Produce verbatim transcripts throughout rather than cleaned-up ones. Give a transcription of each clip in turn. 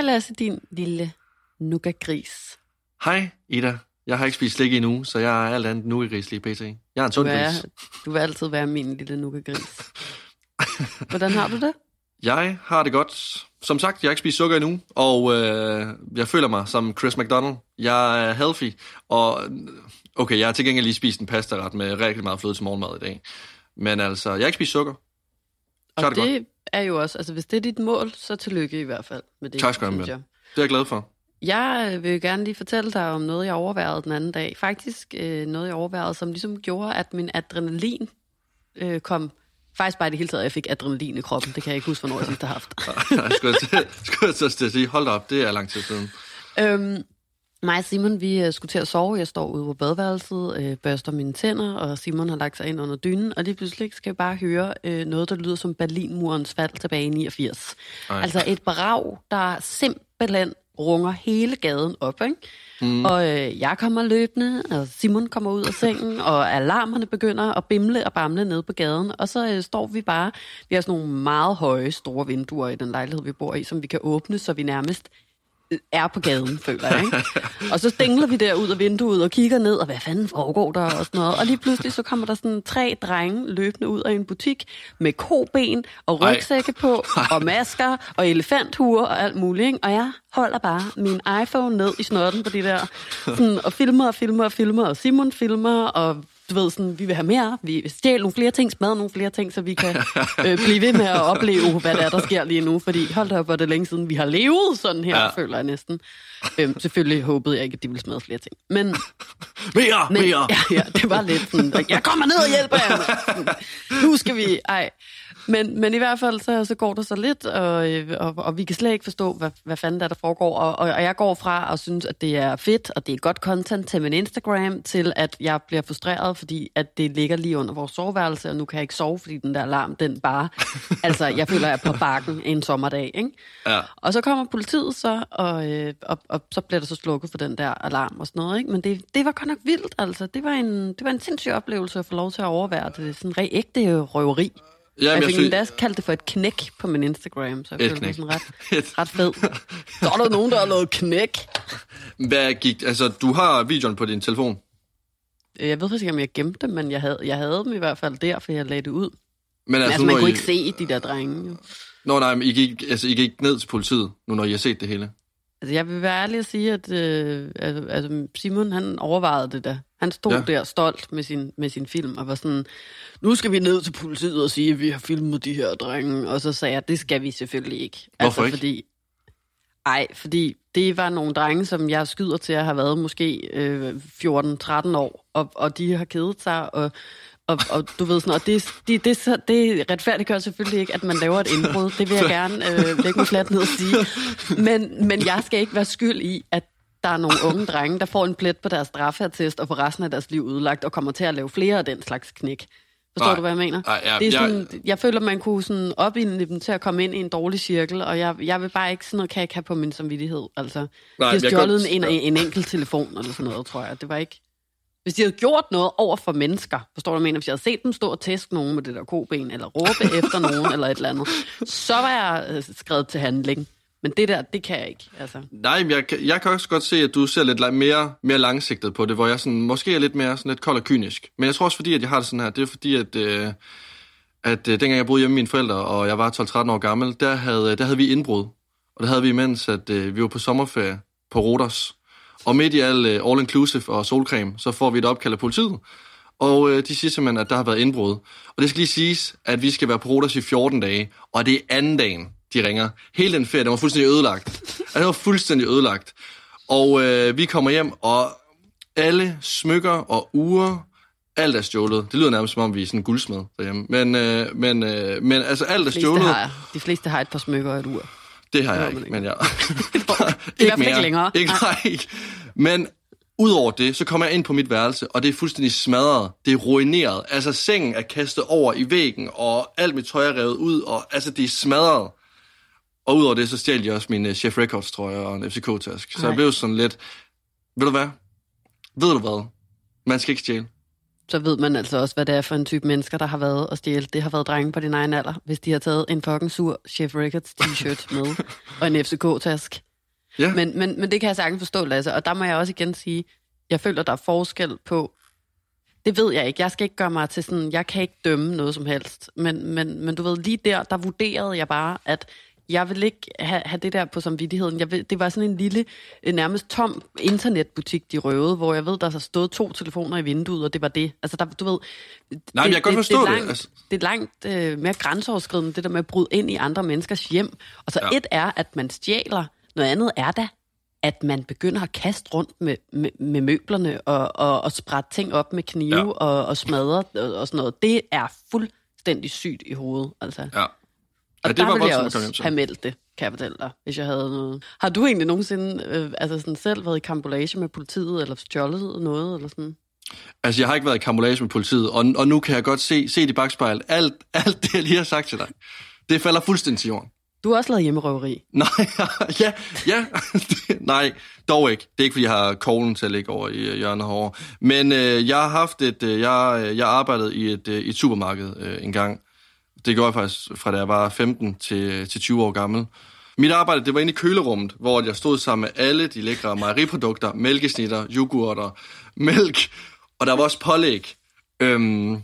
Hej Lasse, din lille nougat-gris. Hej Ida. Jeg har ikke spist slik endnu, så jeg er alt andet nougat-gris lige pt. Jeg er en sund gris. Du vil altid være min lille nougat-gris. Hvordan har du det? Jeg har det godt. Som sagt, jeg har ikke spist sukker endnu, og øh, jeg føler mig som Chris McDonald. Jeg er healthy, og okay, jeg har til gengæld lige spist en pastaret med rigtig meget fløde til morgenmad i dag. Men altså, jeg har ikke spist sukker. Så og det, det er jo også, altså hvis det er dit mål, så tillykke i hvert fald med det. Tak skal du have. Det er jeg glad for. Jeg vil gerne lige fortælle dig om noget, jeg overværede den anden dag. Faktisk øh, noget, jeg overværede, som ligesom gjorde, at min adrenalin øh, kom... Faktisk bare i det hele taget, at jeg fik adrenalin i kroppen. Det kan jeg ikke huske, hvornår jeg sidst har haft. Nej, skulle jeg skulle jeg til at sige, hold da op, det er lang tid siden. Øhm, mig og Simon, vi skulle til at sove. Jeg står ude på badeværelset, øh, børster mine tænder, og Simon har lagt sig ind under dynen. Og lige pludselig skal jeg bare høre øh, noget, der lyder som Berlinmurens fald tilbage i niogfirs. Ej. Altså et brag, der simpelthen runger hele gaden op, ikke? Mm. Og øh, jeg kommer løbende, og Simon kommer ud af sengen, og alarmerne begynder at bimle og bamle nede på gaden. Og så øh, står vi bare, vi har sådan nogle meget høje, store vinduer i den lejlighed, vi bor i, som vi kan åbne, så vi nærmest er på gaden, føler jeg, ikke? Og så stængler vi der ud af vinduet og kigger ned, og hvad fanden foregår der og sådan noget. Og lige pludselig så kommer der sådan tre drenge løbende ud af en butik med koben og rygsække på, og masker og elefanthuer og alt muligt, ikke? Og jeg holder bare min iPhone ned i snotten på de der, sådan, og filmer og filmer og filmer, og Simon filmer, og du ved sådan, vi vil have mere, vi vil stjæle nogle flere ting, smadre nogle flere ting, så vi kan øh, blive ved med at opleve, hvad der er, der sker lige nu. Fordi hold da op, hvor det længe siden, vi har levet sådan her, ja. Føler jeg næsten. Øhm, selvfølgelig håbede jeg ikke, at de ville smadre flere ting. Men, mere, men, mere! Ja, ja, det var lidt sådan, jeg kommer ned og hjælper jer. Nu skal vi, ej. Men, men i hvert fald, så, så går der så lidt, og, og, og vi kan slet ikke forstå, hvad, hvad fanden der, der foregår. Og, og, og jeg går fra og synes, at det er fedt, og det er godt content til min Instagram, til at jeg bliver frustreret, fordi at det ligger lige under vores soveværelse, og nu kan jeg ikke sove, fordi den der alarm, den bare... altså, jeg føler, jeg er på bakken en sommerdag, ikke? Ja. Og så kommer politiet så, og, og, og så bliver der så slukket for den der alarm og sådan noget, ikke? Men det, det var godt nok vildt, altså. Det var en, det var en sindssyg oplevelse at få lov til at overvære det. Sådan en ægte røveri. Ja, jeg fik synes... endda kaldt det for et knæk på min Instagram, så jeg følte mig sådan ret, ret fed. Så er der nogen, der har lavet knæk. Hvad gik... Altså, du har videoen på din telefon? Jeg ved faktisk ikke, om jeg gemte dem, men jeg havde, jeg havde dem i hvert fald der, for jeg lagde det ud. Men, men altså, altså man kunne I... ikke se de der drenge. Jo. Nå nej, men I gik, altså, I gik ned til politiet, nu når I har set det hele? Altså, jeg vil være ærlig at sige, at øh, altså, Simon, han overvejede det der. Han stod ja. der stolt med sin, med sin film, og var sådan, nu skal vi ned til politiet og sige, at vi har filmet de her drenge. Og så sagde jeg, det skal vi selvfølgelig ikke. Hvorfor altså, ikke? Fordi, ej, fordi det var nogle drenge, som jeg skyder til at have været måske øh, fjorten tretten år, og, og de har kedet sig, og Og, og du ved sådan, og det, det, det, det retfærdiggør selvfølgelig ikke, at man laver et indbrud. Det vil jeg gerne øh, lægge mig fladt ned og sige. Men, men jeg skal ikke være skyld i, at der er nogle unge drenge, der får en plet på deres straffeattest og får resten af deres liv udlagt og kommer til at lave flere af den slags knæk. Forstår nej, du, hvad jeg mener? Nej, ja, det er sådan, jeg, jeg føler, man kunne sådan opildne dem til at komme ind i en dårlig cirkel, og jeg, jeg vil bare ikke sådan noget, kan jeg ikke have på min samvittighed. Altså, nej, de har stjålet en, en, en enkelt telefon eller sådan noget, tror jeg. Det var ikke... Hvis de havde gjort noget over for mennesker, forstår du, hvad jeg mener? Hvis jeg havde set dem stå og tæske nogen med det der koben, eller råbe efter nogen, eller et eller andet, så var jeg skrevet til handling. Men det der, det kan jeg ikke. Altså. Nej, men jeg, jeg kan også godt se, at du ser lidt mere, mere langsigtet på det, hvor jeg sådan, måske er lidt mere sådan lidt kold og kynisk. Men jeg tror også, fordi at jeg har det sådan her, det er fordi, at, øh, at øh, dengang jeg boede hjemme med mine forældre, og jeg var tolv tretten år gammel, der havde, der havde vi indbrud. Og der havde vi imens, at øh, vi var på sommerferie på Rodos. Og midt i al uh, all-inclusive og solcreme, så får vi et opkald af politiet. Og uh, de siger simpelthen, at der har været indbrud. Og det skal lige siges, at vi skal være på Rodos i fjorten dage. Og det er anden dagen, de ringer. Hele den ferie, den var fuldstændig ødelagt. Altså, det var fuldstændig ødelagt. Og uh, vi kommer hjem, og alle smykker og ure, alt er stjålet. Det lyder nærmest som om, vi er sådan en guldsmed derhjemme. Men, uh, men, uh, men altså, alt er stjålet. Har, de fleste har et par smykker og et ur. Det har jeg ikke, men jeg... I hvert fald ikke længere. Ikke, nej, ikke. Men udover det, så kommer jeg ind på mit værelse, og det er fuldstændig smadret. Det er ruineret. Altså, sengen er kastet over i væggen, og alt mit tøj er revet ud, og altså, det er smadret. Og udover det, så stjal jeg også min uh, Chef Records trøje og en F C K-task. Så jeg blev sådan lidt... Ved du hvad? Ved du hvad? Man skal ikke stjæle. Så ved man altså også, hvad det er for en type mennesker, der har været og stjæle. Det har været drenge på din egen alder, hvis de har taget en fucking sur Chef Records t-shirt med, og en F C K-task. Ja. Men, men, men det kan jeg sagtens forstå, Lasse. Og der må jeg også igen sige, jeg føler, der er forskel på, det ved jeg ikke. Jeg skal ikke gøre mig til sådan, jeg kan ikke dømme noget som helst. Men, men, men du ved, lige der, der vurderede jeg bare, at jeg vil ikke have, have det der på samvittigheden. Jeg vil, det var sådan en lille, nærmest tom internetbutik, de røvede, hvor jeg ved, der så stod to telefoner i vinduet, og det var det. Altså, der, du ved... Nej, men jeg kan godt forstå det. Det. Er langt, Altså. det er langt øh, mere grænseoverskridende, det der med at bryde ind i andre menneskers hjem. Og så ja. Et er, at man stjæler. Noget andet er da, at man begynder at kaste rundt med, med, med møblerne og, og, og sprætte ting op med knive ja. og, og smadre og, og sådan noget. Det er fuldstændig sygt i hovedet, altså. Ja. Og ja, det der var ville jeg voldsomt, også have meldt det, kan jeg fortælle dig, hvis jeg havde noget. Har du egentlig nogensinde øh, altså sådan selv været i karambolage med politiet, eller stjålet noget, eller sådan? Altså, jeg har ikke været i karambolage med politiet, og, og nu kan jeg godt se, se i bagspejlet, alt, alt det, jeg lige har sagt til dig, det falder fuldstændig til jorden. Du har også lavet hjemmerøveri. Nej, ja, ja, nej, dog ikke. Det er ikke, fordi jeg har koglen til at ligge over i hjørnet herovre. Men øh, jeg har haft et, øh, jeg, jeg arbejdede i et, øh, i et supermarked øh, en gang. Det gjorde jeg faktisk fra da jeg var femten til, til tyve år gammel. Mit arbejde, det var inde i kølerummet, hvor jeg stod sammen med alle de lækre mejeriprodukter, mælkesnitter, yoghurter, mælk, og der var også pålæg. Øhm,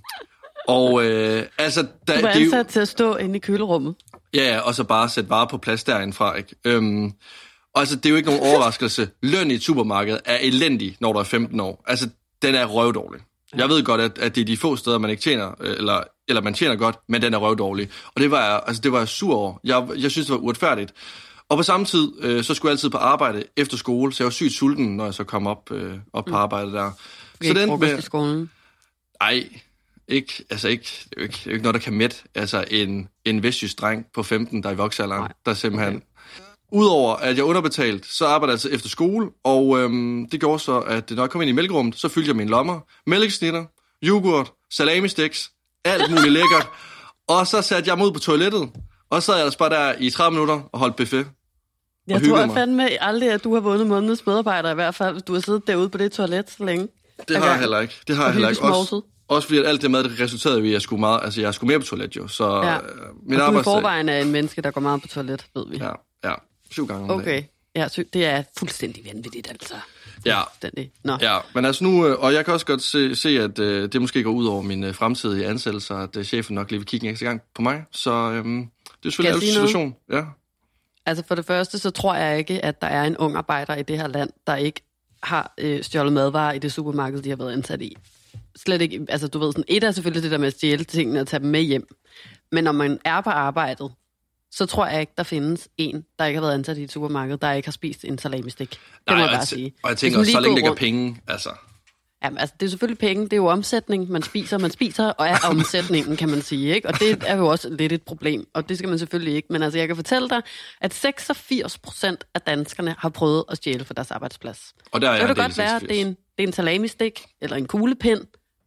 og øh, altså... Da, du var det, ansat til at stå inde i kølerummet. Ja, og så bare sætte varer på plads derindfra, ikke? Øhm, og altså, det er jo ikke nogen overraskelse. Løn i et supermarked er elendig, når du er femten år. Altså, den er røvdårlig. Ja. Jeg ved godt, at, at det er de få steder, man ikke tjener, eller, eller man tjener godt, men den er røvdårlig. Og det var, altså, det var jeg sur over. Jeg, jeg synes, det var uretfærdigt. Og på samme tid, øh, så skulle jeg altid på arbejde efter skole, så jeg var sygt sulten, når jeg så kom op, øh, op på arbejde der. Du så den med... i skolen? Ej, ikke, altså ikke, det er jo ikke, ikke noget, der kan mætte. Altså en, en vestjysk dreng på femten, der er i voksealderen, der simpelthen... Okay. Udover at jeg er underbetalt, så arbejder jeg altså efter skole, og øhm, det gjorde så, at når jeg kom ind i mælkerummet, så fyldte jeg mine lommer. Mælkesnitter, yoghurt, salami-sticks, alt muligt lækkert. Og så satte jeg mig ud på toilettet, og så sad jeg altså bare der i tredive minutter og holdt buffet. Jeg tror jeg fandme aldrig, at du har vundet månedens medarbejder i hvert fald, hvis du har siddet derude på det toilet så længe. Det har jeg heller ikke. Det har jeg heller ikke. Også, også fordi at alt det mad, det resulterede i, at jeg skulle meget, altså jeg skulle mere på toilet jo. Så ja. øh, min og du i forvejen er en menneske, der går meget på toilet, ved vi. Ja, ja. Syv gange om okay. dagen. Ja, det er fuldstændig vanvittigt, altså. Ja. Nå. Ja, men altså nu, og jeg kan også godt se, se at øh, det måske går ud over min fremtidige ansættelser, at øh, chefen nok lige vil kigge en ekstra gang på mig. Så øhm, det er selvfølgelig en situation. Ja. Altså for det første, så tror jeg ikke, at der er en ung arbejder i det her land, der ikke har øh, stjålet madvarer i det supermarked, de har været ansat i. Slet ikke, altså du ved, sådan, et er selvfølgelig det der med at stjæle tingene og tage dem med hjem. Men når man er på arbejdet, så tror jeg ikke, der findes en, der ikke har været ansat i et supermarked, der ikke har spist en salami-stik. Det Nej, må jeg bare sige. Og jeg tænker også, så længe det ikke er penge, altså... Jamen, altså, det er selvfølgelig penge, det er jo omsætning, man spiser, man spiser, og er omsætningen, kan man sige, ikke? Og det er jo også lidt et problem, og det skal man selvfølgelig ikke. Men altså, jeg kan fortælle dig, at seksogfirs procent af danskerne har prøvet at stjæle for deres arbejdsplads. Og der er så kan det godt være, at det er en, det er en salami-stik, eller en kuglepind,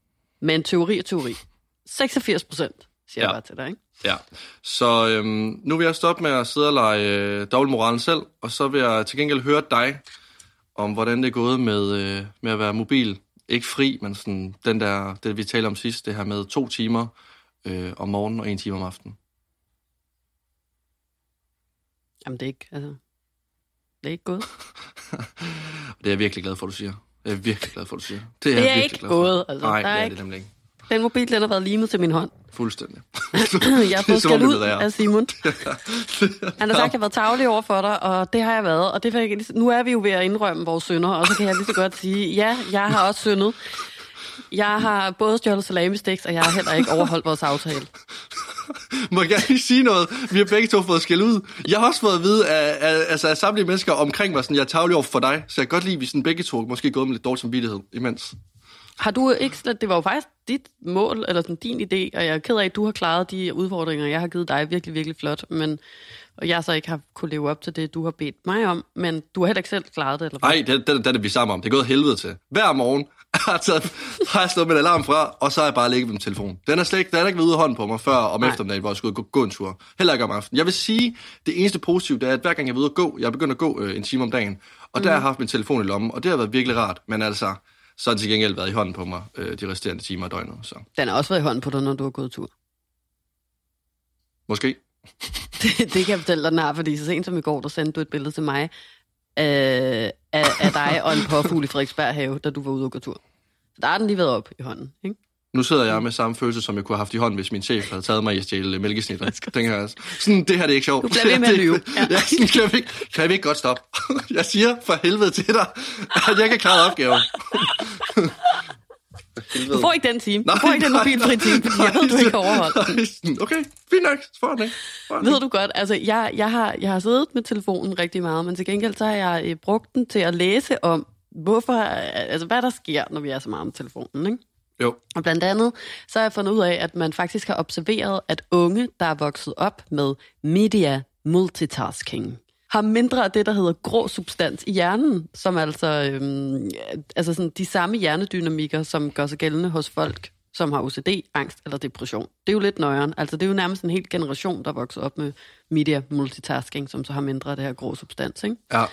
men teori og teori. seksogfirs procent, siger ja. Jeg bare til dig, ikke? Ja, så øhm, nu vil jeg stoppe med at sidde og lege øh, dobbeltmoralen selv, og så vil jeg til gengæld høre dig om, hvordan det er gået med, øh, med at være mobil. Ikke fri, men sådan den der, det vi talte om sidst, det her med to timer øh, om morgenen og en time om aftenen. Jamen det er ikke, altså, det er ikke gået. Det er jeg virkelig glad for, du siger. Jeg er virkelig glad for, du siger. Det er, det er jeg ikke gået, altså. Nej, der det er er ikke... det nemlig ikke. Den mobil, den har været limet til min hånd. Fuldstændig. Jeg har fået skæld ud af Simon. Han har sagt, at jeg har været tarvelig over for dig, og det har jeg været. Og det jeg, nu er vi jo ved at indrømme vores synder, og så kan jeg lige så godt sige, ja, jeg har også syndet. Jeg har både stjålet salami-sticks, og jeg har heller ikke overholdt vores aftale. Må jeg gerne lige sige noget? Vi har begge to fået skæld ud. Jeg har også fået at vide af, af, altså af samtlige mennesker omkring mig, sådan, jeg er tarvelig over for dig, så jeg kan godt lide, at vi sådan begge to måske gået med lidt dårlig samvittighed imens. Har du ikke slet, det var jo faktisk dit mål, eller sådan din idé, og jeg er ked af, at du har klaret de udfordringer, jeg har givet dig virkelig, virkelig flot, men og jeg så ikke har kunne leve op til det, du har bedt mig om, men du har heller ikke selv klaret det, eller hvad? Nej, det, det, det er det, vi sammen om. Det er gået helvede til. Hver morgen har jeg, taget, har jeg stået med en alarm fra, og så har jeg bare ligget med min telefon. Den er slet ikke, den er ikke været ude af hånden på mig før om eftermiddagen, hvor jeg skulle gå, gå en tur. Heller ikke om aftenen. Jeg vil sige, det eneste positive, det er, at hver gang jeg er ude at gå, jeg er begyndt at gå øh, en time om dagen, og mm. der har jeg haft min telefon i lommen, og det har været virkelig rart, men altså... så har den til gengæld været i hånden på mig øh, de resterende timer af døgnet. Så. Den har også været i hånden på dig, når du har gået tur. Måske. det, det kan jeg fortælle dig, den har, fordi så sent som i går, der sendte du et billede til mig af, af, af dig og en påfugl i Frederiksberg have, da du var ude og gå tur. Så der har den lige været op i hånden, ikke? Nu sidder jeg med samme følelse, som jeg kunne have haft i hånden, hvis min chef havde taget mig i at stjæle mælkesnitter. Tænker jeg altså. Sådan, det her det er ikke sjovt. Du bliver ved med at lyve. Ja. Ja, sådan, kan, vi ikke, kan vi ikke godt stoppe? Jeg siger for helvede til dig, at jeg kan klare opgaven. Du får ikke den time. Du får ikke den mobilfri time, fordi jeg ved, du ikke har overholdt den. Okay, fint nok. Får den ikke. Ved du godt, altså jeg, jeg, har, jeg har siddet med telefonen rigtig meget, men til gengæld så har jeg øh, brugt den til at læse om, hvorfor, altså hvad der sker, når vi er så meget med telefonen, ikke? Jo. Og blandt andet, så har jeg fundet ud af, at man faktisk har observeret, at unge, der er vokset op med media multitasking, har mindre af det, der hedder grå substans i hjernen, som altså, øhm, altså sådan de samme hjernedynamikker, som gør sig gældende hos folk, som har O C D, angst eller depression. Det er jo lidt nøjeren. Altså det er jo nærmest en hel generation, der vokser op med media multitasking, som så har mindre af det her grå substans, ikke? Ja.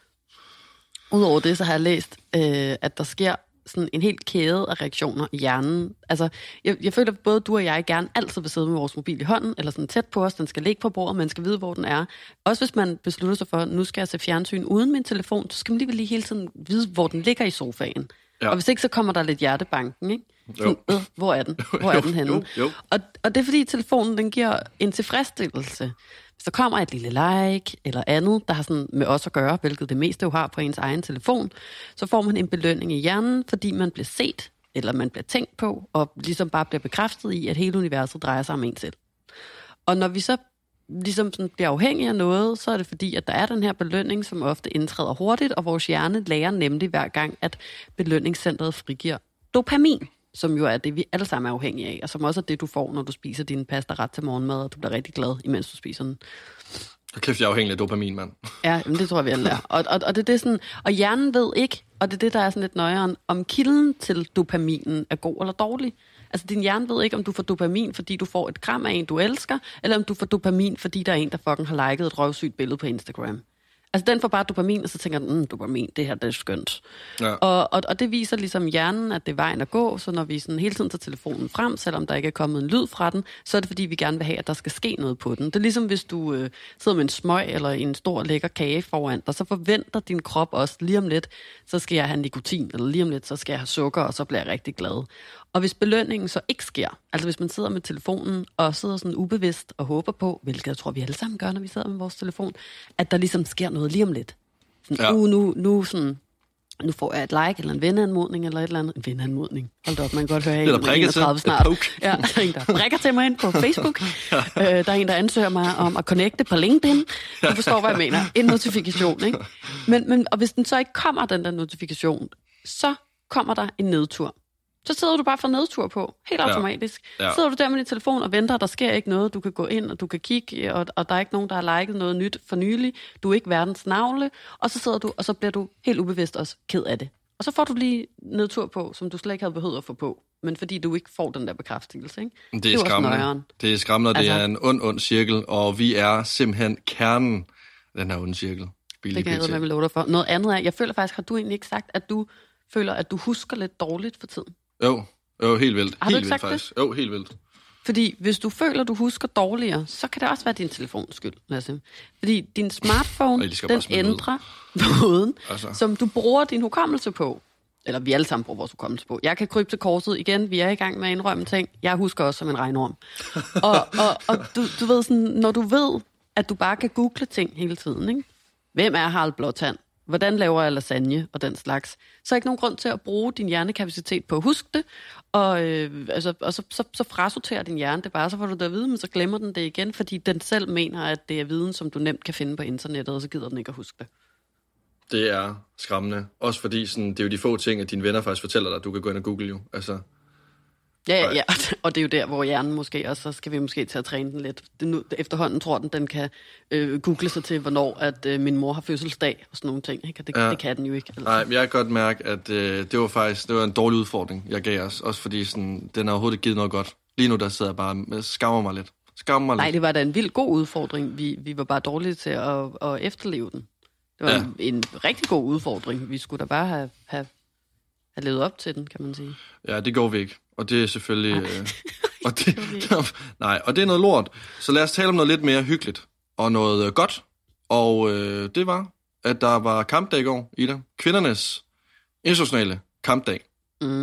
Udover det, så har jeg læst, øh, at der sker sådan en helt kæde af reaktioner i hjernen. Altså, jeg, jeg føler, at både du og jeg gerne altid vil sidde med vores mobil i hånden, eller sådan tæt på os, den skal ligge på bordet, man skal vide, hvor den er. Også hvis man beslutter sig for, at nu skal jeg se fjernsyn uden min telefon, så skal man lige, lige hele tiden vide, hvor den ligger i sofaen. Ja. Og hvis ikke, så kommer der lidt hjertebanken, ikke? Sådan, øh, hvor er den? Hvor er den henne? Jo, jo. Og, og det er fordi, telefonen den giver en tilfredsstillelse. Hvis der kommer et lille like eller andet, der har sådan med os at gøre, hvilket det meste jo har på ens egen telefon, så får man en belønning i hjernen, fordi man bliver set, eller man bliver tænkt på, og ligesom bare bliver bekræftet i, at hele universet drejer sig om en selv. Og når vi så ligesom sådan bliver afhængige af noget, så er det fordi, at der er den her belønning, som ofte indtræder hurtigt, og vores hjerne lærer nemlig hver gang, at belønningscentret frigiver dopamin, som jo er det, vi alle sammen er afhængige af, og som også er det, du får, når du spiser din pasta ret til morgenmad, og du bliver rigtig glad, imens du spiser den. Og kæft, jeg er afhængig af dopamin, mand. Ja, men det tror jeg, vi alle er. Og, og, og, det er det sådan, og hjernen ved ikke, og det er det, der er sådan lidt nøjeren, om kilden til dopaminen er god eller dårlig. Altså, din hjerne ved ikke, om du får dopamin, fordi du får et kram af en, du elsker, eller om du får dopamin, fordi der er en, der fucking har liket et røvsygt billede på Instagram. Altså, den får bare dopamin, og så tænker den, mm, dopamin, det her, det er skønt. Ja. Og, og, og det viser ligesom hjernen, at det er vejen at gå, så når vi sådan hele tiden tager telefonen frem, selvom der ikke er kommet en lyd fra den, så er det fordi, vi gerne vil have, at der skal ske noget på den. Det er ligesom, hvis du øh, sidder med en smøg eller en stor lækker kage foran dig, så forventer din krop også, lige om lidt, så skal jeg have nikotin, eller lige om lidt, så skal jeg have sukker, og så bliver jeg rigtig glad. Og hvis belønningen så ikke sker, altså hvis man sidder med telefonen og sidder sådan ubevidst og håber på, hvilket jeg tror, vi alle sammen gør, når vi sidder med vores telefon, at der ligesom sker noget lige om lidt. Sådan, ja. uh, nu, nu, sådan, nu får jeg et like eller en venneanmodning eller et eller andet. En venneanmodning. Hold op, man kan godt høre en enogtredive snart. Ja, der er en, der brækker til mig ind på Facebook. ja. øh, der er en, der ansøger mig om at connecte på LinkedIn. Du forstår, hvad jeg mener. En notifikation, ikke? Men, men, og hvis den så ikke kommer, den der notifikation, så kommer der en nedtur. Så sidder du bare for nedtur på, helt automatisk. Ja. Ja. Sidder du der med din telefon og venter, og der sker ikke noget, du kan gå ind, og du kan kigge, og, og der er ikke nogen, der har liket noget nyt for nylig. Du er ikke verdens navle, og så sidder du, og så bliver du helt ubevidst også ked af det. Og så får du lige nedtur på, som du slet ikke havde behøvet at få på, men fordi du ikke får den der bekræftelse, ikke? Det er, det er skræmmende. Det er skræmmende, altså, det er en ond, ond cirkel, og vi er simpelthen kernen af den her onde cirkel. Det kan jeg med love dig for. Noget andet er, jeg føler faktisk, har du egentlig ikke sagt, at du føler, at du husker lidt dårligt for tiden? Jo, jo, helt vildt. Har helt du vildt, faktisk. Det? Jo, helt vildt. Fordi hvis du føler, du husker dårligere, så kan det også være din telefons skyld, Lasse. Fordi din smartphone, Ej, den ændrer måden, altså. som du bruger din hukommelse på. Eller vi alle sammen bruger vores hukommelse på. Jeg kan krybe til korset igen. Vi er i gang med at indrømme ting. Jeg husker også som en regnorm. og og, og du, du ved sådan, når du ved, at du bare kan google ting hele tiden, ikke? Hvem er Harald Blåtand? Hvordan laver jeg lasagne og den slags? Så er ikke nogen grund til at bruge din hjernekapacitet på at huske det, og, øh, altså, og så, så, så frasorterer din hjerne det bare, så får du det at vide, men så glemmer den det igen, fordi den selv mener, at det er viden, som du nemt kan finde på internettet, og så gider den ikke at huske det. Det er skræmmende. Også fordi sådan, det er jo de få ting, at dine venner faktisk fortæller dig, at du kan gå ind og google jo. Altså... Ja, ja, ja, og det er jo der, hvor hjernen måske, og så skal vi måske til at træne den lidt. Det nu, efterhånden tror den, den kan øh, google sig til, hvornår at øh, min mor har fødselsdag og sådan nogle ting. Ikke? Det, ja. det kan den jo ikke. Altså. Nej, jeg kan godt mærke, at øh, det var faktisk det var en dårlig udfordring, jeg gav os. Også fordi sådan, den har overhovedet ikke givet noget godt. Lige nu, der sidder jeg bare og skammer mig lidt. Skammer mig Nej, lidt. det var da en vild god udfordring. Vi, vi var bare dårlige til at, at efterleve den. Det var ja. en, en rigtig god udfordring. Vi skulle da bare have, have, have levet op til den, kan man sige. Ja, det går vi ikke. Og det er selvfølgelig... øh, og det, nej, og det er noget lort. Så lad os tale om noget lidt mere hyggeligt. Og noget øh, godt. Og øh, det var at der var kampdag i går, Ida. Kvindernes internationale kampdag. Mm.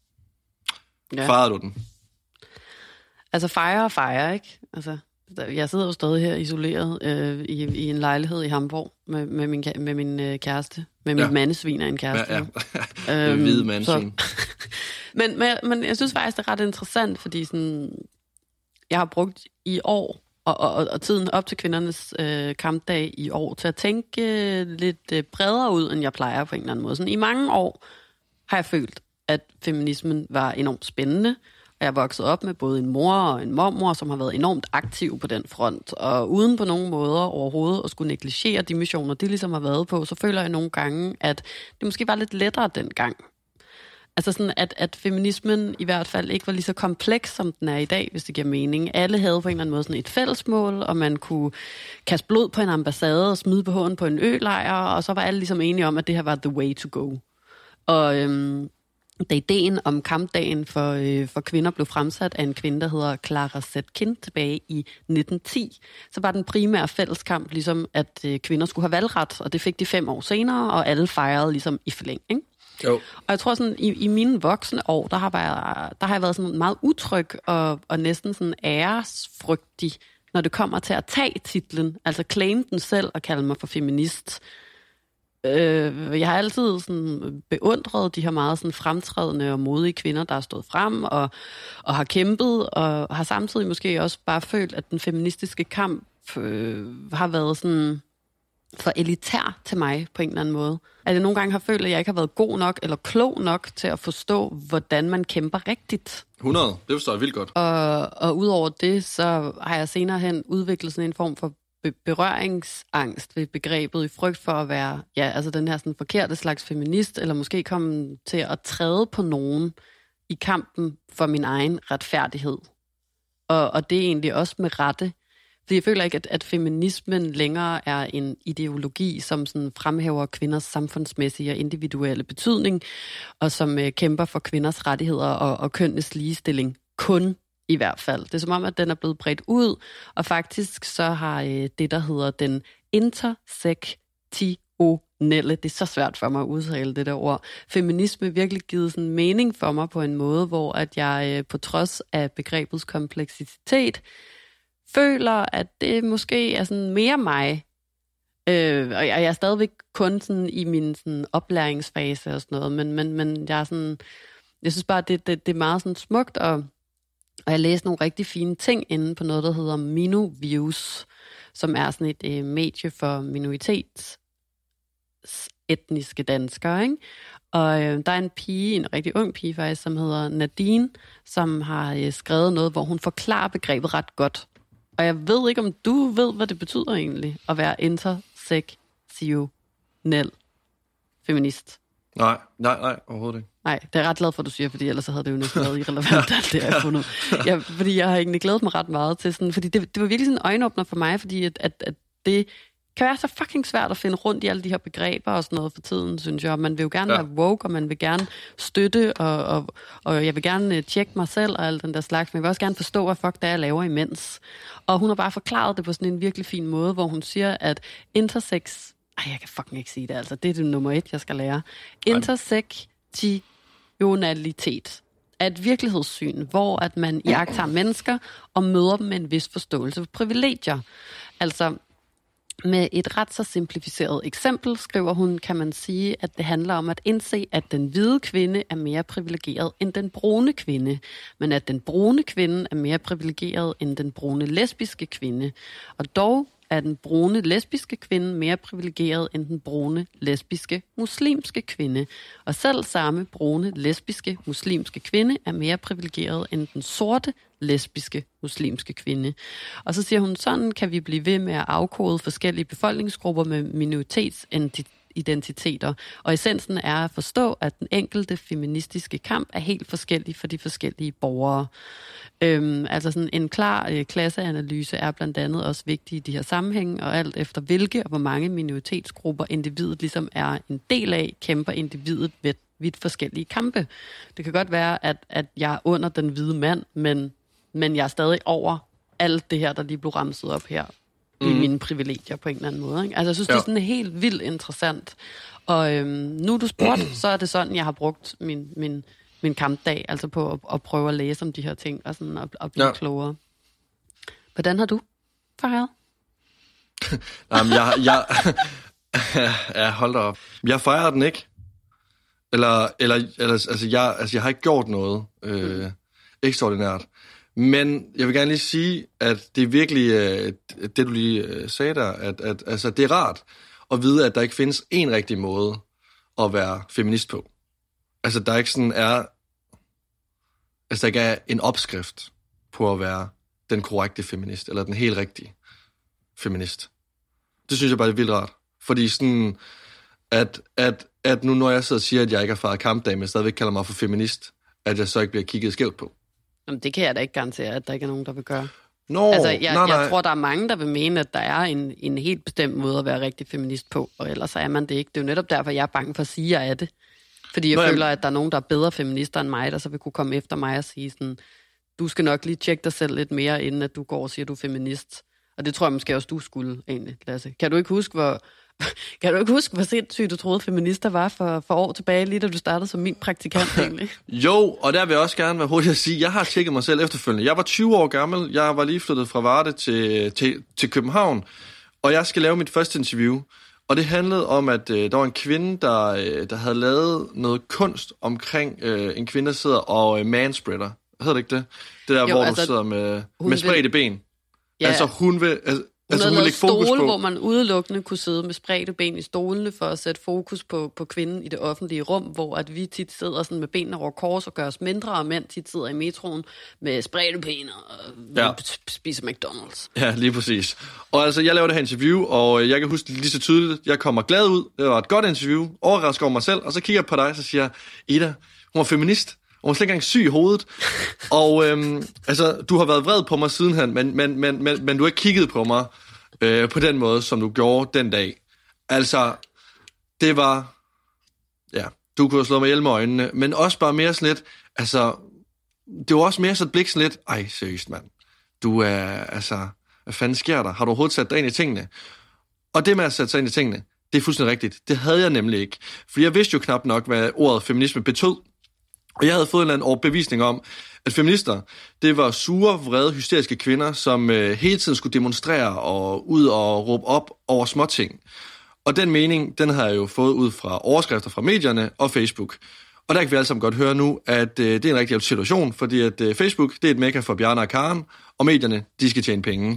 Ja. Fejrede du den? Altså fejre og fejre, ikke? Altså, jeg sidder jo stadig her isoleret øh, i, i en lejlighed i Hamburg med, med min, med min øh, kæreste. Med min ja. mandesvin og en kæreste. Ja, ja. øhm, hvide mandesvin. men, men, men jeg synes faktisk, det er ret interessant, fordi sådan, jeg har brugt i år, og, og, og tiden op til kvindernes øh, kampdag i år, til at tænke øh, lidt øh, bredere ud, end jeg plejer på en eller anden måde. Sådan, i mange år har jeg følt, at feminismen var enormt spændende, og jeg er vokset op med både en mor og en mormor, som har været enormt aktiv på den front, og uden på nogen måder overhovedet at skulle negligere de missioner, de ligesom har været på, så føler jeg nogle gange, at det måske var lidt lettere dengang. Altså sådan, at, at feminismen i hvert fald ikke var lige så kompleks, som den er i dag, hvis det giver mening. Alle havde på en eller anden måde sådan et fællesmål, og man kunne kaste blod på en ambassade og smide på hånden på en ølejr, og så var alle ligesom enige om, at det her var the way to go. Og øhm, da ideen om kampdagen for, øh, for kvinder blev fremsat af en kvinde, der hedder Clara Zetkin tilbage i nitten ti, så var den primære fælleskamp ligesom, at øh, kvinder skulle have valgret, og det fik de fem år senere, og alle fejrede ligesom i flæng, ikke? Jo. Og jeg tror sådan, i, i mine voksne år, der har, været, der har jeg været sådan meget utryg og, og næsten sådan æresfrygtig, når det kommer til at tage titlen, altså claim den selv og kalde mig for feminist. Øh, jeg har altid sådan beundret de her meget sådan fremtrædende og modige kvinder, der har stået frem og, og har kæmpet, og har samtidig måske også bare følt, at den feministiske kamp øh, har været sådan for elitær til mig på en eller anden måde. At jeg nogle gange har følt, at jeg ikke har været god nok eller klog nok til at forstå, hvordan man kæmper rigtigt. hundrede, det forstår jeg vildt godt. Og, og udover det, så har jeg senere hen udviklet sådan en form for be- berøringsangst ved begrebet i frygt for at være, ja, altså den her sådan forkerte slags feminist, eller måske komme til at træde på nogen i kampen for min egen retfærdighed. Og, og det er egentlig også med rette. Fordi jeg føler ikke, at, at feminismen længere er en ideologi, som sådan fremhæver kvinders samfundsmæssige og individuelle betydning, og som øh, kæmper for kvinders rettigheder og, og kønnes ligestilling. Kun i hvert fald. Det er som om, at den er blevet bredt ud, og faktisk så har øh, det, der hedder den intersektionelle, det er så svært for mig at udtale det der ord, feminisme virkelig givet sådan mening for mig på en måde, hvor at jeg øh, på trods af begrebets kompleksitet, føler, at det måske er sådan mere mig. Øh, og jeg er stadigvæk kun sådan i min sådan oplæringsfase og sådan noget, men, men, men jeg er sådan, jeg synes bare, det, det, det er meget sådan smukt, og, og jeg læste nogle rigtig fine ting inde på noget, der hedder Minoviews, som er sådan et øh, medie for minoritetsetniske danskere, ikke? Og øh, der er en pige, en rigtig ung pige faktisk, som hedder Nadine, som har øh, skrevet noget, hvor hun forklarer begrebet ret godt. Og jeg ved ikke, om du ved, hvad det betyder egentlig, at være intersektionel feminist. Nej, nej, nej, overhovedet ikke. Nej, det er jeg ret glad for, at du siger, fordi ellers havde det jo næsten været irrelevant, alt det, jeg har fundet. Jeg, fordi jeg har egentlig glædet mig ret meget til sådan, fordi det, det var virkelig sådan en øjenåbner for mig, fordi at, at, at det kan være så fucking svært at finde rundt i alle de her begreber og sådan noget for tiden, synes jeg. Man vil jo gerne ja. være woke, og man vil gerne støtte, og, og, og jeg vil gerne tjekke mig selv og alt den der slags, men jeg vil også gerne forstå, hvad fuck det er, jeg laver imens. Og hun har bare forklaret det på sådan en virkelig fin måde, hvor hun siger, at intersex... Ej, jeg kan fucking ikke sige det, altså. Det er det nummer et, jeg skal lære. Intersektionalitet er et virkelighedssyn, hvor at man iagttager mennesker og møder dem med en vis forståelse for privilegier. Altså... Med et ret så simplificeret eksempel, skriver hun, kan man sige, at det handler om at indse, at den hvide kvinde er mere privilegeret end den brune kvinde, men at den brune kvinde er mere privilegeret end den brune lesbiske kvinde. Og dog er den brune lesbiske kvinde mere privilegeret end den brune lesbiske muslimske kvinde. Og selv samme brune lesbiske muslimske kvinde er mere privilegeret end den sorte lesbiske muslimske kvinde. Og så siger hun, sådan kan vi blive ved med at afkode forskellige befolkningsgrupper med minoritetsidentiteter. Og essensen er at forstå, at den enkelte feministiske kamp er helt forskellig for de forskellige borgere. Øhm, altså sådan en klar øh, klasseanalyse er blandt andet også vigtig i de her sammenhænge, og alt efter hvilke og hvor mange minoritetsgrupper individet ligesom er en del af, kæmper individet ved vidt forskellige kampe. Det kan godt være, at, at jeg er under den hvide mand, men, men jeg er stadig over alt det her, der lige blev ramset op her. mm. i mine privilegier på en eller anden måde. Ikke? Altså, jeg synes, ja. det er sådan helt vildt interessant. Og øhm, nu du spurgt, så er det sådan, jeg har brugt min, min, min kampdag, altså på at, at prøve at læse om de her ting, og sådan at, at blive ja. klogere. Hvordan har du fejret? Jamen, jeg... jeg ja, hold da op. Jeg fejrer den ikke. Eller, eller, eller altså, jeg, altså, jeg har ikke gjort noget øh, mm. ekstraordinært. Men jeg vil gerne lige sige, at det er virkelig, øh, det du lige øh, sagde der, at, at altså, det er rart at vide, at der ikke findes en rigtig måde at være feminist på. Altså, der ikke sådan er, altså, der ikke er en opskrift på at være den korrekte feminist, eller den helt rigtige feminist. Det synes jeg bare er vildt rart. Fordi sådan, at, at, at nu når jeg sidder og siger, at jeg ikke har fejret kampdag, men stadigvæk kalder mig for feminist, at jeg så ikke bliver kigget skævt på. Jamen, det kan jeg da ikke garantere, at der ikke er nogen, der vil gøre. Nå, altså, jeg, nej, nej. jeg tror, der er mange, der vil mene, at der er en, en helt bestemt måde at være rigtig feminist på, og ellers er man det ikke. Det er jo netop derfor, jeg er bange for at sige, at jeg er det. Fordi jeg Nå, føler, at der er nogen, der er bedre feminister end mig, der så vil kunne komme efter mig og sige sådan, du skal nok lige tjekke dig selv lidt mere, inden at du går og siger, at du er feminist. Og det tror jeg måske også, du skulle egentlig, Lasse. Kan du ikke huske, hvor... Kan du ikke huske, hvor sindssygt du troede, feminister var for, for år tilbage, lige da du startede som min praktikant egentlig? Jo, og der vil jeg også gerne være hurtig at sige, jeg har tjekket mig selv efterfølgende. Jeg var tyve år gammel, jeg var lige flyttet fra Varde til, til, til København, og jeg skal lave mit første interview. Og det handlede om, at øh, der var en kvinde, der, øh, der havde lavet noget kunst omkring øh, en kvinde, der sidder og øh, manspreader. Hedder det ikke det? Det der, jo, hvor altså, du sidder med, med spredte vil... ben. Ja. Altså hun vil... Altså, Hun altså, havde lavet stole, hvor man udelukkende kunne sidde med spredte ben i stolene for at sætte fokus på, på kvinden i det offentlige rum, hvor at vi tit sidder sådan med benene over kors og gør os mindre, og mænd tit sidder i metroen med spredte ben og ja. spiser McDonald's. Ja, lige præcis. Og altså, jeg laver det her interview, og jeg kan huske lige så tydeligt, jeg kommer glad ud. Det var et godt interview, overrasker over mig selv, og så kigger jeg på dig, og så siger Ida, hun var feminist. Hun var slet ikke engang syg i hovedet. Og øhm, altså, du har været vred på mig sidenhen, men, men, men, men, men du har ikke kigget på mig øh, på den måde, som du gjorde den dag. Altså, det var... Ja, du kunne have slået mig ihjel med øjnene, men også bare mere sådan lidt... Altså, det var også mere sådan et blik sådan lidt... Ej, seriøst, mand. Du er... Altså, hvad fanden sker der? Har du overhovedet sat dig ind i tingene? Og det med at sætte sig ind i tingene, det er fuldstændig rigtigt. Det havde jeg nemlig ikke. For jeg vidste jo knap nok, hvad ordet feminisme betød. Og jeg havde fået en eller anden overbevisning om, at feminister, det var sure, vrede, hysteriske kvinder, som øh, hele tiden skulle demonstrere og ud og råbe op over småting. Og den mening, den har jeg jo fået ud fra overskrifter fra medierne og Facebook. Og der kan vi alle sammen godt høre nu, at øh, det er en rigtig situation, fordi at øh, Facebook, det er et mekka for Bjarne og Karen, og medierne, de skal tjene penge.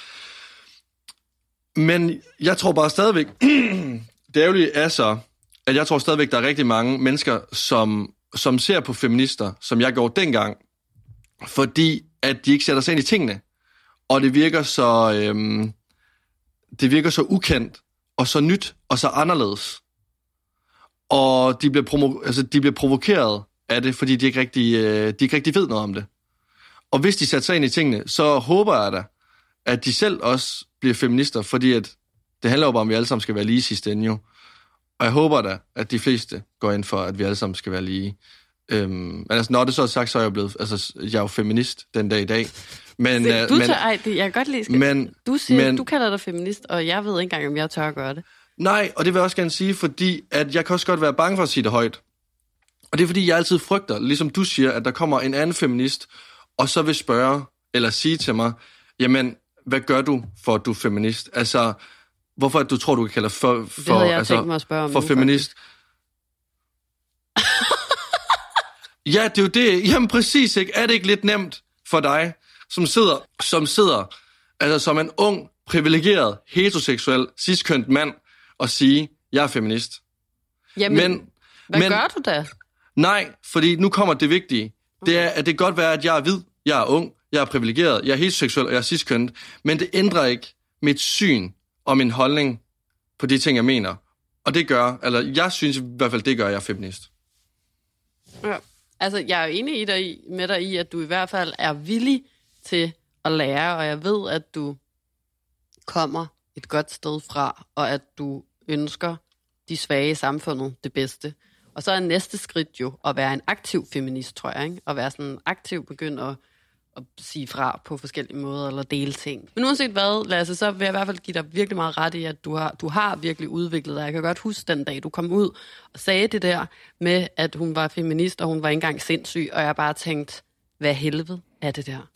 Men jeg tror bare stadigvæk, det ærgerlige er så, at jeg tror stadigvæk, der er rigtig mange mennesker, som... som ser på feminister, som jeg gjorde dengang, fordi at de ikke sætter sig ind i tingene. Og det virker så øhm, det virker så ukendt, og så nyt, og så anderledes. Og de bliver, provo- altså, de bliver provokeret af det, fordi de ikke, rigtig, øh, de ikke rigtig ved noget om det. Og hvis de sætter sig ind i tingene, så håber jeg da, at de selv også bliver feminister, fordi at det handler jo bare om, at vi alle sammen skal være lige sidste ende jo. Og jeg håber da, at de fleste går ind for, at vi alle sammen skal være lige. Øhm, men altså, når det så er sagt, så er jeg blevet... Altså, jeg er jo feminist den dag i dag. Men, Se, øh, du men, tør, ej, det, jeg kan godt lide... Skal, men, du siger, men, du kalder dig feminist, og jeg ved ikke engang, om jeg tør at gøre det. Nej, og det vil jeg også gerne sige, fordi at jeg kan også godt være bange for at sige det højt. Og det er, fordi jeg altid frygter, ligesom du siger, at der kommer en anden feminist, og så vil spørge, eller sige til mig, jamen, hvad gør du, for at du er feminist? Altså... Hvorfor at du tror, du kan kalde for, for, det havde jeg altså, tænkt mig at spørge om for nu, feminist? Ja, det er jo det. Jamen præcis, ikke? Er det ikke lidt nemt for dig, som sidder, som sidder, altså som en ung, privilegeret, heteroseksuel, cis-kønt mand, og sige, jeg er feminist? Jamen, men, hvad men, gør du da? Nej, fordi nu kommer det vigtige. Det er, at det kan godt være, at jeg er hvid, jeg er ung, jeg er privilegeret, jeg er heteroseksuel, og jeg er cis-kønt, men det ændrer ikke mit syn og min holdning på de ting, jeg mener. Og det gør, eller jeg synes i hvert fald, det gør, at jeg er feminist. Ja. Altså, jeg er jo enig i dig, med dig i, at du i hvert fald er villig til at lære, og jeg ved, at du kommer et godt sted fra, og at du ønsker de svage i samfundet det bedste. Og så er næste skridt jo at være en aktiv feminist, tror jeg, ikke? At være sådan aktiv, begynde at, at sige fra på forskellige måder, eller dele ting. Men uanset hvad, Lasse, så vil jeg i hvert fald give dig virkelig meget ret i, at du har, du har virkelig udviklet dig. Jeg kan godt huske den dag, du kom ud og sagde det der med, at hun var feminist, og hun var ikke engang sindssyg, og jeg bare tænkte, hvad helvede er det der?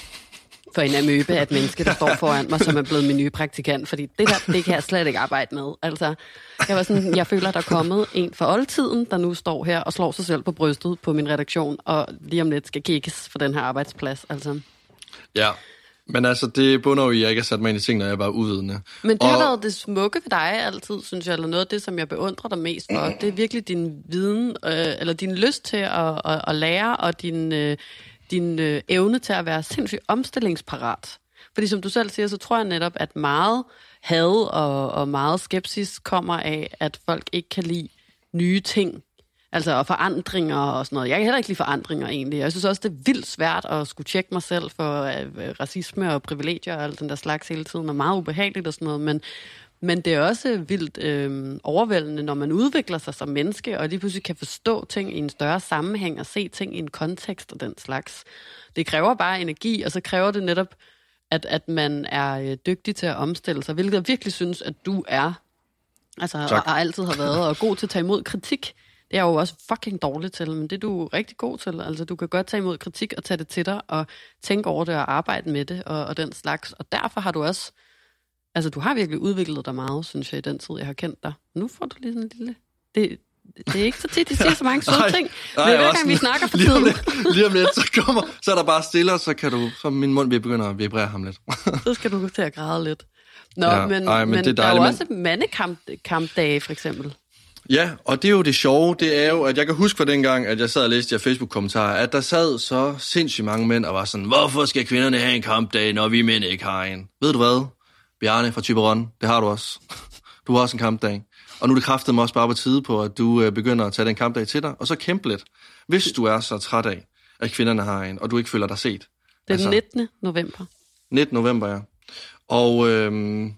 For en amøbe af et menneske, der står foran mig, som er blevet min nye praktikant, fordi det der, det kan jeg slet ikke arbejde med. Altså, jeg var sådan, jeg føler, der er kommet en for oldtiden, der nu står her og slår sig selv på brystet på min redaktion, og lige om lidt skal kikkes for den her arbejdsplads. Altså. Ja, men altså, det bunder jo i, at jeg ikke har sat mig ind i ting, når jeg er bare uvidende. Men det og... har været det smukke for dig altid, synes jeg, eller noget af det, som jeg beundrer dig mest for. Det er virkelig din viden, øh, eller din lyst til at, at, at lære, og din... Øh, din øh, evne til at være sindssygt omstillingsparat. Fordi som du selv siger, så tror jeg netop, at meget had og, og meget skepsis kommer af, at folk ikke kan lide nye ting. Altså og forandringer og sådan noget. Jeg kan heller ikke lide forandringer egentlig. Jeg synes også, det er vildt svært at skulle tjekke mig selv for øh, racisme og privilegier og alt den der slags hele tiden, og meget ubehageligt og sådan noget. Men, men det er også vildt øh, overvældende, når man udvikler sig som menneske, og lige pludselig kan forstå ting i en større sammenhæng og se ting i en kontekst og den slags. Det kræver bare energi, og så kræver det netop, at, at man er øh, dygtig til at omstille sig, hvilket jeg virkelig synes, at du er. Altså, og, og altid har været, og god til at tage imod kritik. Det er jeg jo også fucking dårlig til, men det er du rigtig god til. Altså, du kan godt tage imod kritik og tage det til dig, og tænke over det og arbejde med det, og, og den slags. Og derfor har du også... Altså, du har virkelig udviklet dig meget, synes jeg, i den tid, jeg har kendt dig. Nu får du lige sådan en lille... Det, det er ikke så tit, de siger så mange søde ej, ting. Ej, men hver gang vi snakker for lige tiden... Lidt, lige om lidt, så, kommer, så er der bare stille, og så kan du... Så min mund vil begynde at vibrere ham lidt. Så skal du til at græde lidt. Nå, ja, men, ej, men, men det er der er jo men... også mandekampdage, for eksempel. Ja, og det er jo det sjove, det er jo, at jeg kan huske fra dengang, at jeg sad og læste jer Facebook-kommentarer, at der sad så sindssygt mange mænd og var sådan, hvorfor skal kvinderne have en kampdag, når vi mænd ikke har en? Ved du hvad, Bjarne fra Typeron, det har du også. Du har også en kampdag. Og nu er det kraftedeme også bare på tide på, at du begynder at tage den kampdag til dig, og så kæmpe lidt, hvis du er så træt af, at kvinderne har en, og du ikke føler dig set. Det er altså, den nittende november. nittende november, ja. Og øhm,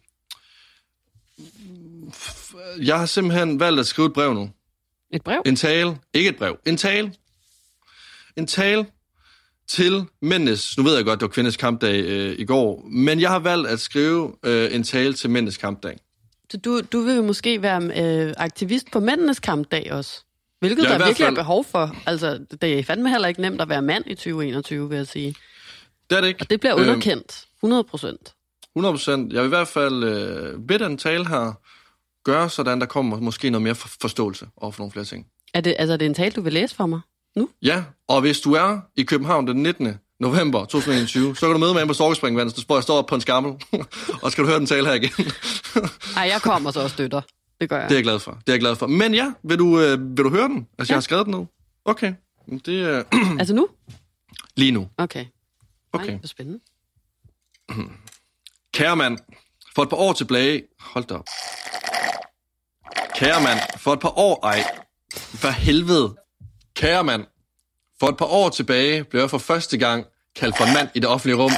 jeg har simpelthen valgt at skrive et brev nu. Et brev? En tale. Ikke et brev. En tale. En tale til mændenes... Nu ved jeg godt, det var kvindes kampdag øh, i går, men jeg har valgt at skrive øh, en tale til mændenes kampdag. Så du, du vil jo måske være øh, aktivist på mændenes kampdag også? Hvilket ja, der virkelig fald... er behov for. Altså, det er fandme heller ikke nemt at være mand i tyve enogtyve, vil jeg sige. Det er det ikke. Og det bliver underkendt. hundrede procent. hundrede procent. Jeg vil i hvert fald øh, ved den tale her gøre, sådan der kommer måske noget mere for- forståelse over for nogle flere ting. Er det, altså, er det en tale, du vil læse for mig nu? Ja, og hvis du er i København den nittende november to tusind enogtyve, så kan du møde mig ind på Storkespringvandet, så jeg står op på en skammel, og skal du høre den tale her igen. Ej, jeg kommer så og støtter. Det gør jeg. Det er jeg glad for. Det er jeg glad for. Men ja, vil du, øh, vil du høre den? Altså, ja. Jeg har skrevet den ned. Okay. Det, øh... altså nu? Lige nu. Okay. Okay. Ej, det er spændende. Kære mand, for et par år tilbage... Hold da op. Kære mand, for et par år... Ej, for helvede. Kære mand, for et par år tilbage blev jeg for første gang kaldt for en mand i det offentlige rum.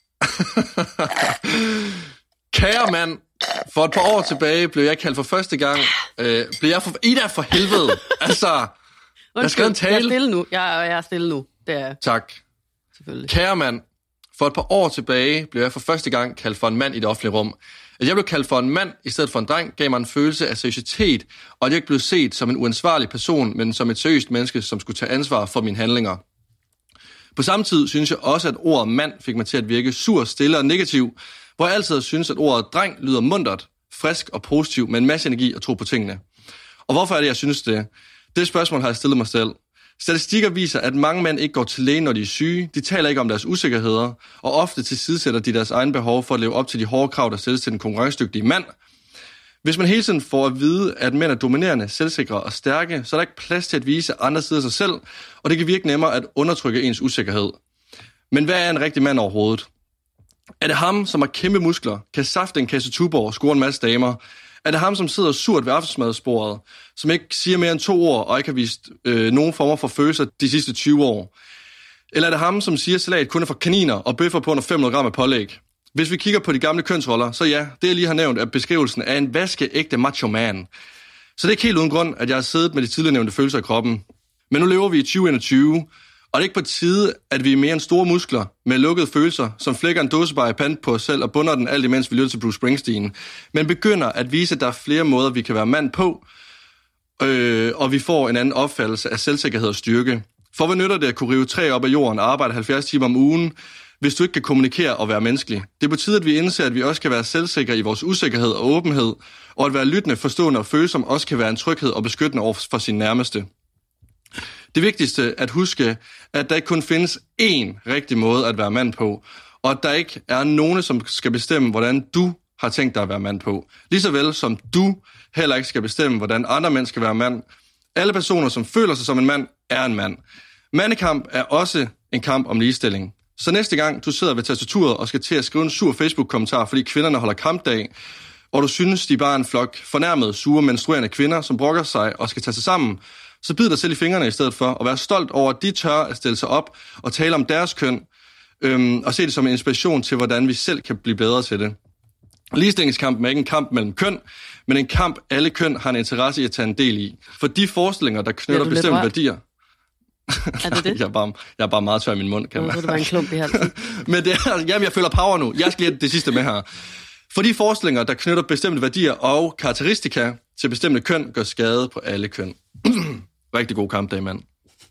Kære mand, for et par år tilbage blev jeg kaldt for første gang... Øh, blev jeg for... Ida, for helvede! Altså, jeg skal en tale. Jeg er stille nu. Jeg, jeg er stille nu. Det er... Tak. Selvfølgelig. Kære mand, for et par år tilbage blev jeg for første gang kaldt for en mand i det offentlige rum. At jeg blev kaldt for en mand i stedet for en dreng, gav mig en følelse af seriøsitet, og at jeg ikke blev set som en uansvarlig person, men som et seriøst menneske, som skulle tage ansvar for mine handlinger. På samme tid synes jeg også, at ordet mand fik mig til at virke sur, stille og negativ, hvor jeg altid synes, at ordet dreng lyder muntert, frisk og positiv, med en masse energi og tro på tingene. Og hvorfor er det, jeg synes det? Det spørgsmål har jeg stillet mig selv. Statistikker viser, at mange mænd ikke går til lægen, når de er syge. De taler ikke om deres usikkerheder, og ofte tilsidesætter de deres egen behov for at leve op til de hårde krav, der stilles til den konkurrencedygtige mand. Hvis man hele tiden får at vide, at mænd er dominerende, selvsikre og stærke, så er der ikke plads til at vise andre sider af sig selv, og det kan virke nemmere at undertrykke ens usikkerhed. Men hvad er en rigtig mand overhovedet? Er det ham, som har kæmpe muskler, kan safte en kasse Tuborg og score en masse damer? Er det ham, som sidder surt ved aftensmadsbordet, som ikke siger mere end to ord, og ikke har vist øh, nogen former for følelser de sidste tyve år? Eller er det ham, som siger, at salat kun er for kaniner og bøffer på under fem hundrede gram af pålæg? Hvis vi kigger på de gamle kønsroller, så ja, det jeg lige har nævnt er beskrivelsen af en vaskeægte macho man. Så det er ikke helt uden grund, at jeg har siddet med de tidligere nævnte følelser i kroppen. Men nu lever vi i tyve enogtyve, Og det er ikke på tide, at vi er mere end store muskler med lukkede følelser, som flækker en dåsebar i pant på os selv og bunder den alt imens vi lytter til Bruce Springsteen, men begynder at vise, at der er flere måder, vi kan være mand på, øh, og vi får en anden opfattelse af selvsikkerhed og styrke. For hvad nytter det at kunne rive træ op af jorden og arbejde halvfjerds timer om ugen, hvis du ikke kan kommunikere og være menneskelig? Det er på tide, at vi indser, at vi også kan være selvsikre i vores usikkerhed og åbenhed, og at være lyttende, forstående og følsom også kan være en tryghed og beskyttende over for sin nærmeste. Det vigtigste at huske, at der ikke kun findes én rigtig måde at være mand på, og at der ikke er nogen, som skal bestemme, hvordan du har tænkt dig at være mand på. Ligesåvel som du heller ikke skal bestemme, hvordan andre mænd skal være mand. Alle personer, som føler sig som en mand, er en mand. Mandekamp er også en kamp om ligestilling. Så næste gang du sidder ved tastaturet og skal til at skrive en sur Facebook-kommentar, fordi kvinderne holder kampdag, og du synes, de er bare en flok fornærmede, sure, menstruerende kvinder, som brokker sig og skal tage sig sammen, så bid dig selv i fingrene i stedet for, og vær stolt over, at de tør at stille sig op og tale om deres køn, øhm, og se det som en inspiration til, hvordan vi selv kan blive bedre til det. Ligestillingskampen er ikke en kamp mellem køn, men en kamp, alle køn har en interesse i at tage en del i. For de forestillinger, der knytter ja, bestemte værdier... Er det det? jeg, er bare, jeg er bare meget tør i min mund, kan man. Det var en klump i halsen. Men det er, jamen, jeg føler power nu. Jeg skal lige have det sidste med her. For de forestillinger, der knytter bestemte værdier og karakteristika til bestemte køn, gør skade på alle køn. Rigtig god kampdag, mand.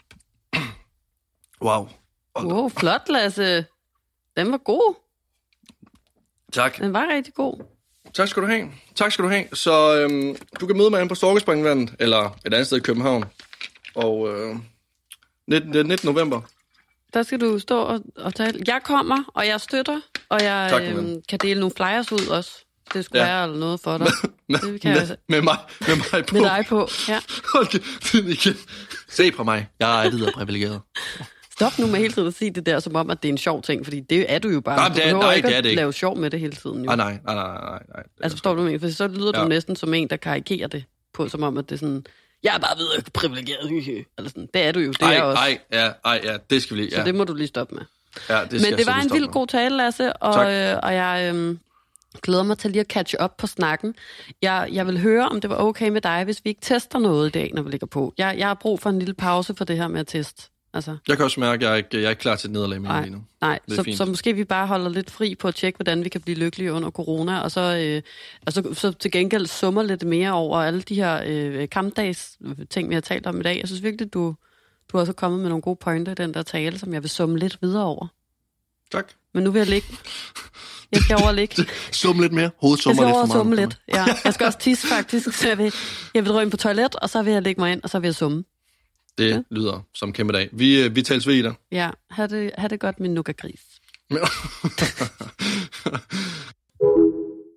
Wow. Wow, flot, Lasse. Den var god. Tak. Den var rigtig god. Tak skal du have. Tak skal du have. Så øhm, du kan møde mig inde på Storkespringvandet, eller et andet sted i København. Og øh, nittende november. Der skal du stå og, og tale. Jeg kommer, og jeg støtter, og jeg tak, øhm, kan dele nogle flyers ud også. Det skulle ja. være eller noget for dig. Med, det kan med, jeg med, mig, med mig på. Med dig på, ja. Okay. Se på mig. Jeg er videre privilegeret. Stop nu med hele tiden at sige det der, som om, at det er en sjov ting, fordi det er du jo bare. Nej, det er, du nej, ikke det er det ikke. Lave sjov med det hele tiden. Jo. Ah, nej, nej, nej, nej, nej. Altså forstår du mig? For så lyder ja. du næsten som en, der karikerer det på, som om, at det er sådan, jeg er bare videre privilegeret. Eller sådan. Det er du jo, det ej, er også. Ej, ja, ej, ja, det skal vi lige. Ja. Så det må du lige stoppe med. Ja, det Men det var en vild god tale, Lasse, og, øh, og jeg øh, glæder mig til lige at catche op på snakken. Jeg, jeg vil høre, om det var okay med dig, hvis vi ikke tester noget i dag, når vi ligger på. Jeg, jeg har brug for en lille pause for det her med at teste. Altså. Jeg kan også mærke, at jeg er ikke, jeg er ikke klar til et nederlag mere lige nu. Nej, så, så måske vi bare holder lidt fri på at tjekke, hvordan vi kan blive lykkelige under corona, og så, øh, og så, så til gengæld summer lidt mere over alle de her øh, kampdags ting, vi har talt om i dag. Jeg synes virkelig, du, du har også kommet med nogle gode pointer i den der tale, som jeg vil summe lidt videre over. Tak. Men nu vil jeg ligge. Jeg skal over og ligge. Summe lidt mere. Hovedsummer lidt for meget. Summe lidt, ja. Jeg skal også tisse faktisk, så jeg vil, jeg vil drømme ind på toilet, og så vil jeg lægge mig ind, og så vil jeg summe. Det ja. lyder som kæmpe dag. Vi, vi tales ved i dig. Ja, ha' det, ha' det godt, min nuka-gris.